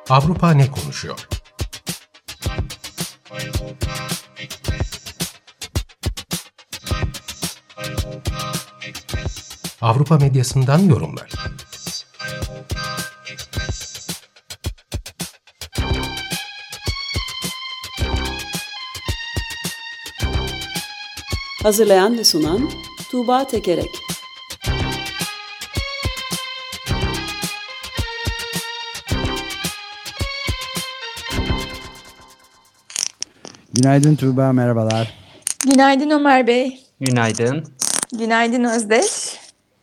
Avrupa ne konuşuyor? Avrupa medyasından yorumlar. Hazırlayan ve sunan Tuğba Tekerek. Günaydın Tuğba, merhabalar. Günaydın Ömer Bey. Günaydın. Günaydın Özdeş.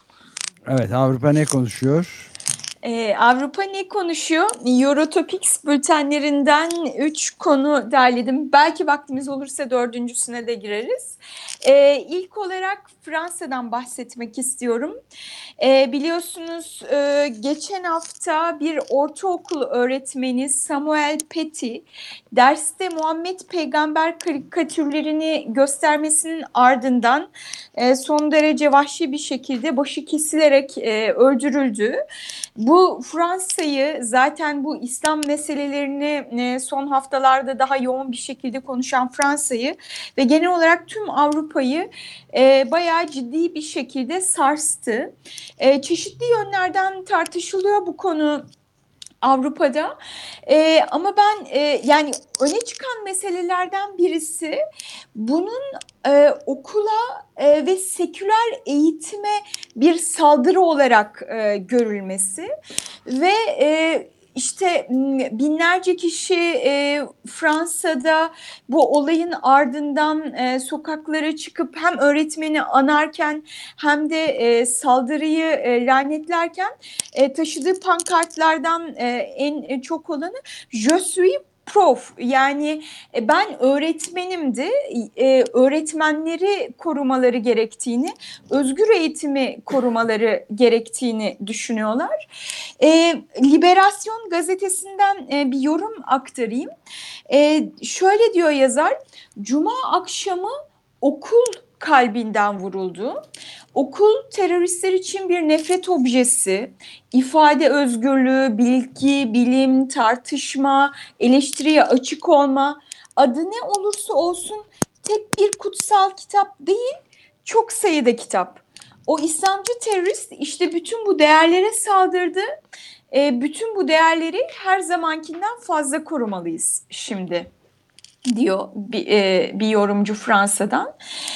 Evet, Avrupa ne konuşuyor? Avrupa ne konuşuyor? Eurotopics bültenlerinden 3 konu derledim. Belki vaktimiz olursa dördüncüsüne de gireriz. İlk olarak Fransa'dan bahsetmek istiyorum. Biliyorsunuz geçen hafta bir ortaokul öğretmeni Samuel Paty derste Muhammed Peygamber karikatürlerini göstermesinin ardından son derece vahşi bir şekilde başı kesilerek öldürüldü. Bu Fransa'yı zaten bu İslam meselelerini son haftalarda daha yoğun bir şekilde konuşan Fransa'yı ve genel olarak tüm Avrupa'yı bayağı ciddi bir şekilde sarstı. Çeşitli yönlerden tartışılıyor bu konu Avrupa'da ama ben yani öne çıkan meselelerden birisi bunun okula ve seküler eğitime bir saldırı olarak görülmesi ve İşte binlerce kişi Fransa'da bu olayın ardından sokaklara çıkıp hem öğretmeni anarken hem de saldırıyı lanetlerken taşıdığı pankartlardan en çok olanı "Je suis prof", yani ben öğretmenimdi, öğretmenleri korumaları gerektiğini, özgür eğitimi korumaları gerektiğini düşünüyorlar. Liberasyon gazetesinden bir yorum aktarayım. Şöyle diyor yazar: Cuma akşamı okul kalbinden vuruldu. Okul teröristler için bir nefret objesi, ifade özgürlüğü, bilgi, bilim, tartışma, eleştiriye açık olma, adı ne olursa olsun tek bir kutsal kitap değil, çok sayıda kitap. O İslamcı terörist işte bütün bu değerlere saldırdı. Bütün bu değerleri her zamankinden fazla korumalıyız şimdi, diyor bir yorumcu Fransa'dan.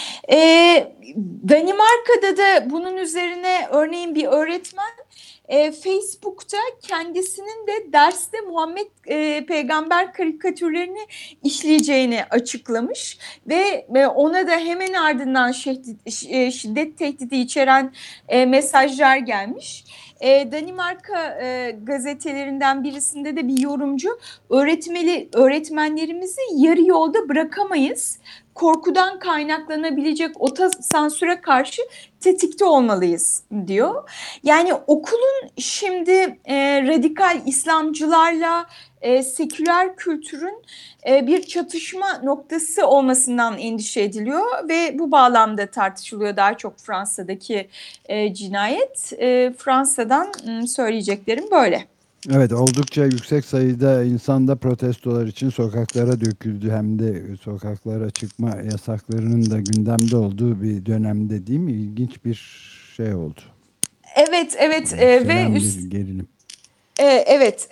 Danimarka'da da bunun üzerine örneğin bir öğretmen Facebook'ta kendisinin de derste Muhammed Peygamber karikatürlerini işleyeceğini açıklamış ve ona da hemen ardından şiddet tehdidi içeren mesajlar gelmiş. Danimarka gazetelerinden birisinde de bir yorumcu öğretmenlerimizi yarı yolda bırakamayız. Korkudan kaynaklanabilecek otosansüre karşı tetikte olmalıyız diyor. Yani okulun şimdi radikal İslamcılarla seküler kültürün bir çatışma noktası olmasından endişe ediliyor ve bu bağlamda tartışılıyor daha çok Fransa'daki cinayet. Fransa'dan söyleyeceklerim böyle. Evet, oldukça yüksek sayıda insan da protestolar için sokaklara döküldü. Hem de sokaklara çıkma yasaklarının da gündemde olduğu bir dönemde, değil mi? İlginç bir şey oldu. Evet. Ve bir gerilim. Evet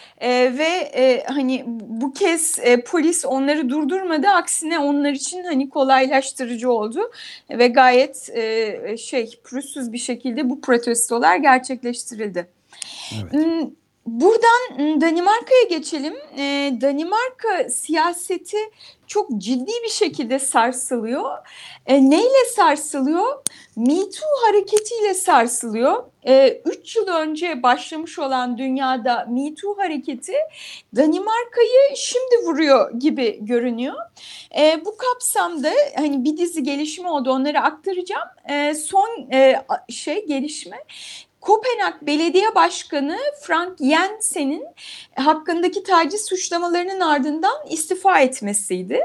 ve hani bu kez polis onları durdurmadı, aksine onlar için hani kolaylaştırıcı oldu ve gayet pürüzsüz bir şekilde bu protestolar gerçekleştirildi. Evet. Buradan Danimarka'ya geçelim. Danimarka siyaseti çok ciddi bir şekilde sarsılıyor. Neyle sarsılıyor? Me Too hareketiyle sarsılıyor. 3 yıl önce başlamış olan dünyada Me Too hareketi Danimarka'yı şimdi vuruyor gibi görünüyor. Bu kapsamda hani bir dizi gelişme oldu, onları aktaracağım. Son gelişme: Kopenhag Belediye Başkanı Frank Jensen'in hakkındaki taciz suçlamalarının ardından istifa etmesiydi.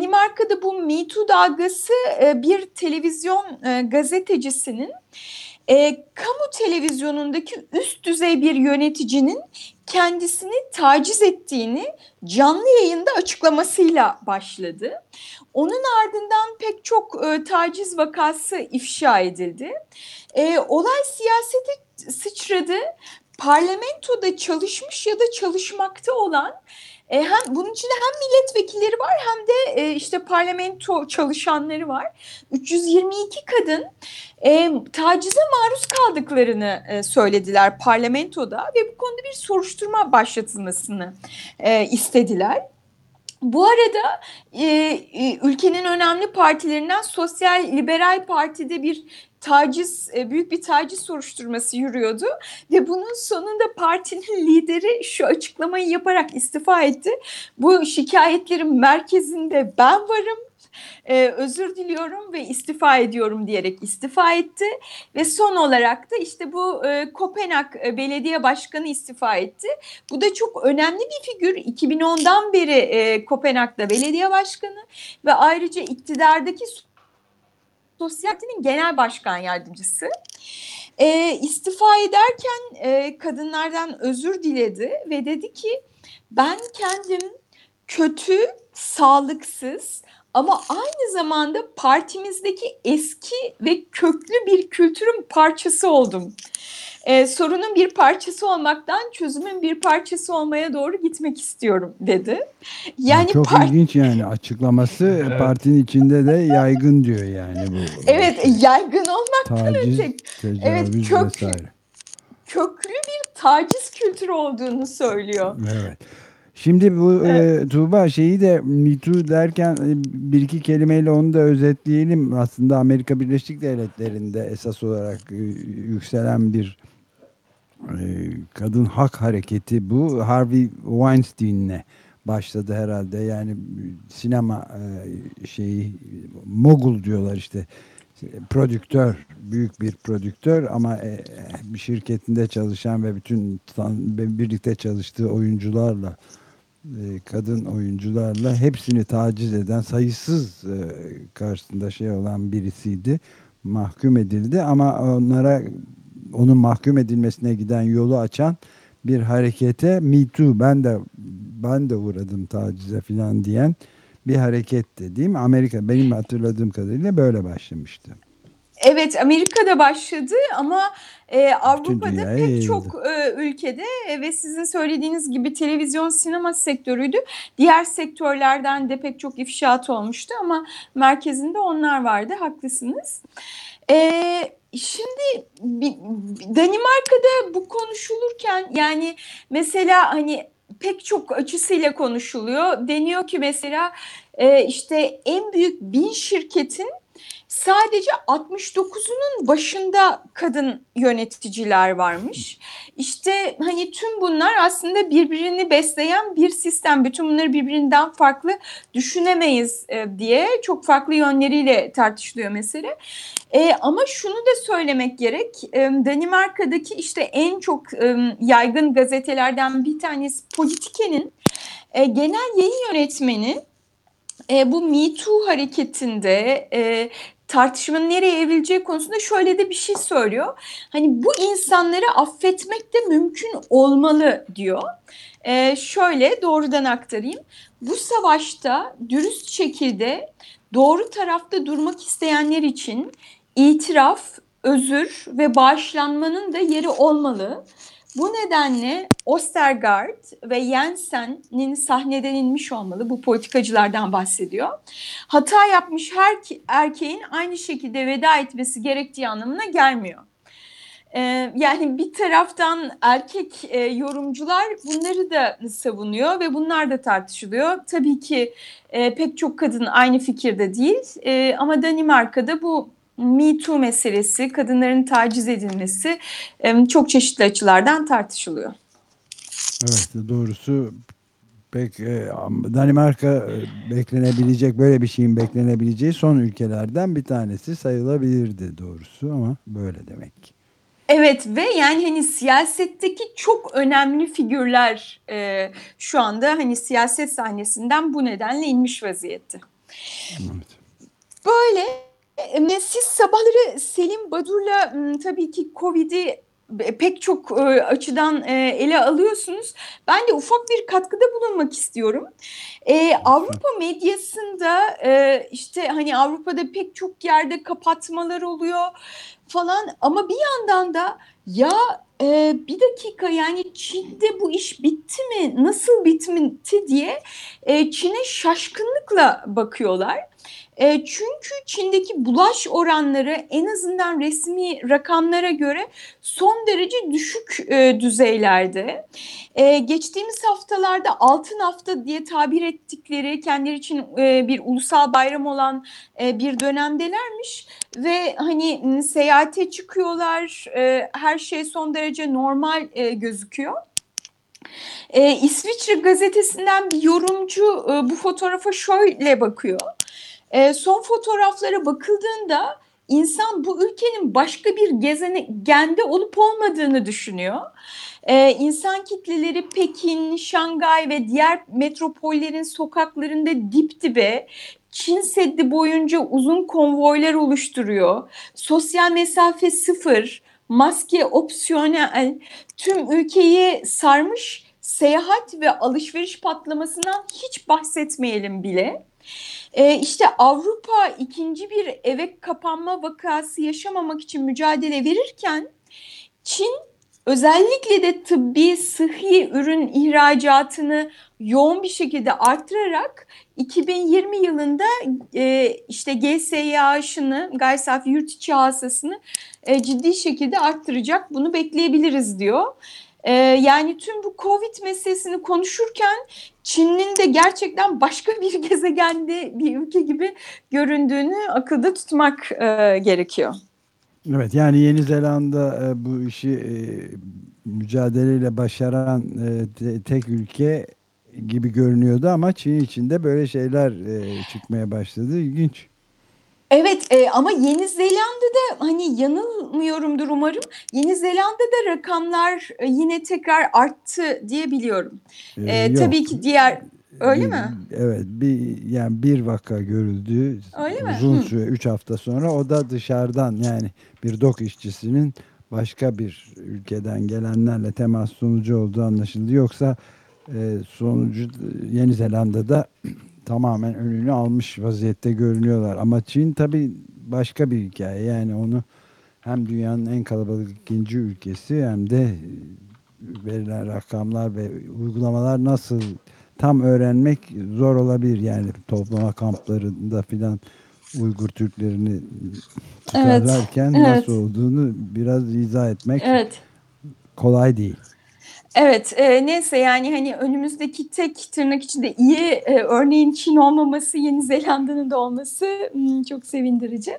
Danimarka'da bu Me Too dalgası bir televizyon gazetecisinin Kamu televizyonundaki üst düzey bir yöneticinin kendisini taciz ettiğini canlı yayında açıklamasıyla başladı. Onun ardından pek çok taciz vakası ifşa edildi. Olay siyasete sıçradı. Parlamentoda çalışmış ya da çalışmakta olan bunun içinde hem milletvekilleri var hem de işte parlamento çalışanları var. 322 kadın tacize maruz kaldıklarını söylediler parlamentoda ve bu konuda bir soruşturma başlatılmasını istediler. Bu arada ülkenin önemli partilerinden Sosyal Liberal Parti'de büyük bir taciz soruşturması yürüyordu ve bunun sonunda partinin lideri şu açıklamayı yaparak istifa etti. Bu şikayetlerin merkezinde ben varım. Özür diliyorum ve istifa ediyorum diyerek istifa etti ve son olarak da işte bu Kopenhag Belediye Başkanı istifa etti. Bu da çok önemli bir figür. 2010'dan beri Kopenhag'da belediye başkanı ve ayrıca iktidardaki Sosyal Parti'nin genel başkan yardımcısı. İstifa ederken kadınlardan özür diledi ve dedi ki ben kendim kötü, sağlıksız ama aynı zamanda partimizdeki eski ve köklü bir kültürün parçası oldum. Sorunun bir parçası olmaktan çözümün bir parçası olmaya doğru gitmek istiyorum dedi. Yani çok ilginç yani açıklaması. Evet. Partinin içinde de yaygın diyor yani bu. Evet, yaygın olmaktan önce köklü bir taciz kültürü olduğunu söylüyor. Evet. Şimdi bu Tuğba şeyi de Me Too derken bir iki kelimeyle onu da özetleyelim. Aslında Amerika Birleşik Devletleri'nde esas olarak yükselen bir kadın hak hareketi bu. Harvey Weinstein'le başladı herhalde. Yani sinema mogul diyorlar işte. Prodüktör, büyük bir prodüktör ama bir şirketinde çalışan ve bütün birlikte çalıştığı oyuncularla, kadın oyuncularla hepsini taciz eden, sayısız karşısında olan birisiydi. Mahkum edildi ama onun mahkum edilmesine giden yolu açan bir harekete Me Too, ben de uğradım tacize falan diyen bir hareketti değil mi? Amerika benim hatırladığım kadarıyla böyle başlamıştı. Evet, Amerika'da başladı ama Avrupa'da pek çok ülkede ve sizin söylediğiniz gibi televizyon sinema sektörüydü. Diğer sektörlerden de pek çok ifşaat olmuştu ama merkezinde onlar vardı, haklısınız. Şimdi Danimarka'da bu konuşulurken yani mesela hani pek çok açısıyla konuşuluyor. Deniyor ki mesela işte en büyük 1000 şirketin sadece 69'unun başında kadın yöneticiler varmış. İşte hani tüm bunlar aslında birbirini besleyen bir sistem. Bütün bunları birbirinden farklı düşünemeyiz diye çok farklı yönleriyle tartışılıyor mesele. Ama şunu da söylemek gerek. Danimarka'daki işte en çok yaygın gazetelerden bir tanesi Politiken'in genel yayın yönetmeni bu Me Too hareketinde tartışmanın nereye evrileceği konusunda şöyle de bir şey söylüyor. Hani bu insanları affetmek de mümkün olmalı diyor. Şöyle doğrudan aktarayım. Bu savaşta dürüst şekilde doğru tarafta durmak isteyenler için itiraf, özür ve bağışlanmanın da yeri olmalı. Bu nedenle Ostergaard ve Jensen'in sahneden inmiş olmalı. Bu politikacılardan bahsediyor. Hata yapmış her erkeğin aynı şekilde veda etmesi gerektiği anlamına gelmiyor. Yani bir taraftan erkek yorumcular bunları da savunuyor ve bunlar da tartışılıyor. Tabii ki pek çok kadın aynı fikirde değil ama Danimarka'da bu Me Too meselesi, kadınların taciz edilmesi çok çeşitli açılardan tartışılıyor. Evet, doğrusu pek Danimarka beklenebilecek, böyle bir şeyin beklenebileceği son ülkelerden bir tanesi sayılabilirdi doğrusu ama böyle demek ki. Evet ve yani hani siyasetteki çok önemli figürler şu anda hani siyaset sahnesinden bu nedenle inmiş vaziyette. Evet. Böyle Siz sabahları Selim Badur'la tabii ki Covid'i pek çok açıdan ele alıyorsunuz. Ben de ufak bir katkıda bulunmak istiyorum. Avrupa medyasında işte hani Avrupa'da pek çok yerde kapatmalar oluyor falan ama bir yandan da ya bir dakika yani Çin'de bu iş bitti mi? Nasıl bitmedi diye Çin'e şaşkınlıkla bakıyorlar. Çünkü Çin'deki bulaş oranları en azından resmi rakamlara göre son derece düşük düzeylerde. Geçtiğimiz haftalarda altın hafta diye tabir ettikleri kendileri için bir ulusal bayram olan bir dönemdelermiş ve hani seyahate çıkıyorlar, her şey son derece normal gözüküyor. İsviçre gazetesinden bir yorumcu bu fotoğrafa şöyle bakıyor. Son fotoğraflara bakıldığında insan bu ülkenin başka bir gezegende olup olmadığını düşünüyor. İnsan kitleleri Pekin, Şangay ve diğer metropollerin sokaklarında dip dibe, Çin Seddi boyunca uzun konvoylar oluşturuyor. Sosyal mesafe sıfır, maske opsiyonel, tüm ülkeyi sarmış, seyahat ve alışveriş patlamasından hiç bahsetmeyelim bile. İşte Avrupa ikinci bir eve kapanma vakası yaşamamak için mücadele verirken Çin özellikle de tıbbi sıhhi ürün ihracatını yoğun bir şekilde artırarak 2020 yılında işte GSYH'ını, gayri safi yurt içi hasılasını ciddi şekilde arttıracak. Bunu bekleyebiliriz diyor. Yani tüm bu Covid meselesini konuşurken Çin'in de gerçekten başka bir gezegende bir ülke gibi göründüğünü akılda tutmak gerekiyor. Evet, yani Yeni Zelanda bu işi mücadeleyle başaran tek ülke gibi görünüyordu ama Çin içinde böyle şeyler çıkmaya başladı. İlginç. Evet ama Yeni Zelanda'da hani yanılmıyorumdur umarım. Yeni Zelanda'da rakamlar yine tekrar arttı diye biliyorum. Tabii ki diğer öyle mi? Evet, bir vaka görüldü. Öyle mi? Uzun süre 3 hafta sonra o da dışarıdan, yani bir dok işçisinin başka bir ülkeden gelenlerle temas sonucu olduğu anlaşıldı. Yoksa sonucu Yeni Zelanda'da tamamen önünü almış vaziyette görünüyorlar. Ama Çin tabii başka bir hikaye. Yani onu hem dünyanın en kalabalık ikinci ülkesi hem de verilen rakamlar ve uygulamalar nasıl tam öğrenmek zor olabilir. Yani toplama kamplarında filan Uygur Türklerini tutarlarken evet. nasıl olduğunu biraz izah etmek kolay değil. Evet, neyse yani hani önümüzdeki tek tırnak içinde iyi örneğin Çin olmaması, Yeni Zelanda'nın da olması çok sevindirici.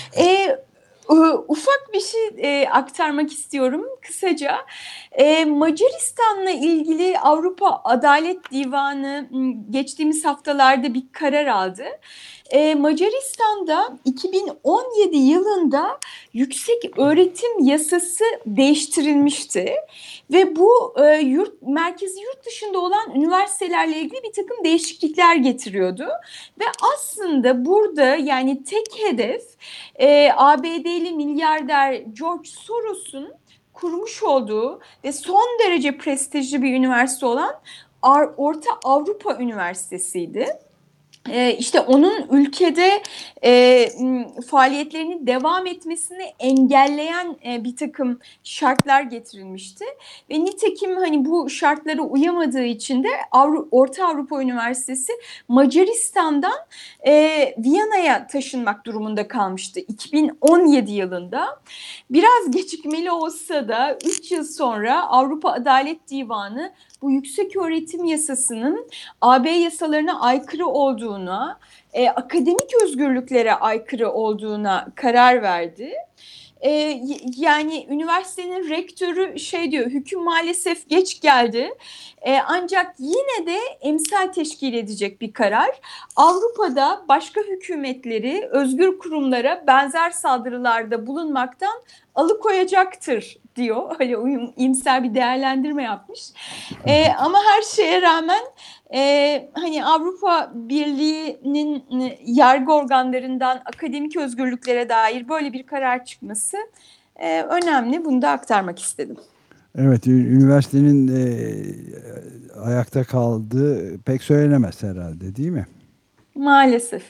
Ufak bir şey aktarmak istiyorum kısaca. Macaristan'la ilgili Avrupa Adalet Divanı geçtiğimiz haftalarda bir karar aldı. Macaristan'da 2017 yılında yüksek öğretim yasası değiştirilmişti ve bu merkezi yurt dışında olan üniversitelerle ilgili bir takım değişiklikler getiriyordu ve aslında burada yani tek hedef ABD'li milyarder George Soros'un kurmuş olduğu ve son derece prestijli bir üniversite olan Orta Avrupa Üniversitesi'ydi. İşte onun ülkede faaliyetlerinin devam etmesini engelleyen bir takım şartlar getirilmişti. Ve nitekim hani bu şartlara uyamadığı için de Orta Avrupa Üniversitesi Macaristan'dan Viyana'ya taşınmak durumunda kalmıştı 2017 yılında. Biraz gecikmeli olsa da 3 yıl sonra Avrupa Adalet Divanı bu yükseköğretim yasasının AB yasalarına aykırı olduğuna, akademik özgürlüklere aykırı olduğuna karar verdi. Yani üniversitenin rektörü şey diyor, hüküm maalesef geç geldi. Ancak yine de emsal teşkil edecek bir karar. Avrupa'da başka hükümetleri özgür kurumlara benzer saldırılarda bulunmaktan alıkoyacaktır diyor. Öyle iyimser bir değerlendirme yapmış. Ama her şeye rağmen Hani Avrupa Birliği'nin yargı organlarından akademik özgürlüklere dair böyle bir karar çıkması önemli. Bunu da aktarmak istedim. Evet, üniversitenin ayakta kaldığı pek söylenemez herhalde, değil mi? Maalesef.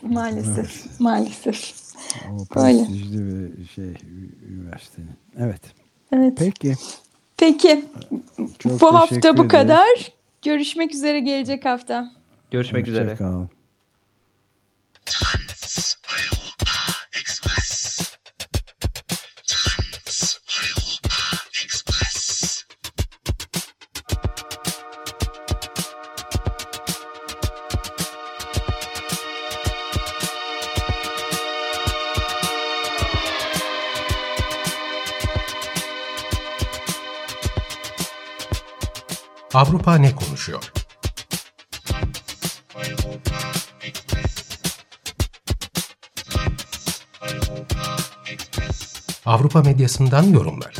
O prestijli bir üniversitenin. Evet. Peki. Çok Bu hafta bu ederim. kadar. Görüşmek üzere gelecek hafta. Görüşmek üzere. Kal. Avrupa ne konuşuyor? Avrupa medyasından yorumlar.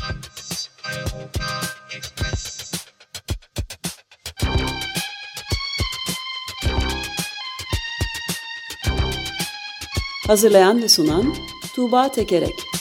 Hazırlayan ve sunan Tuğba Tekerek.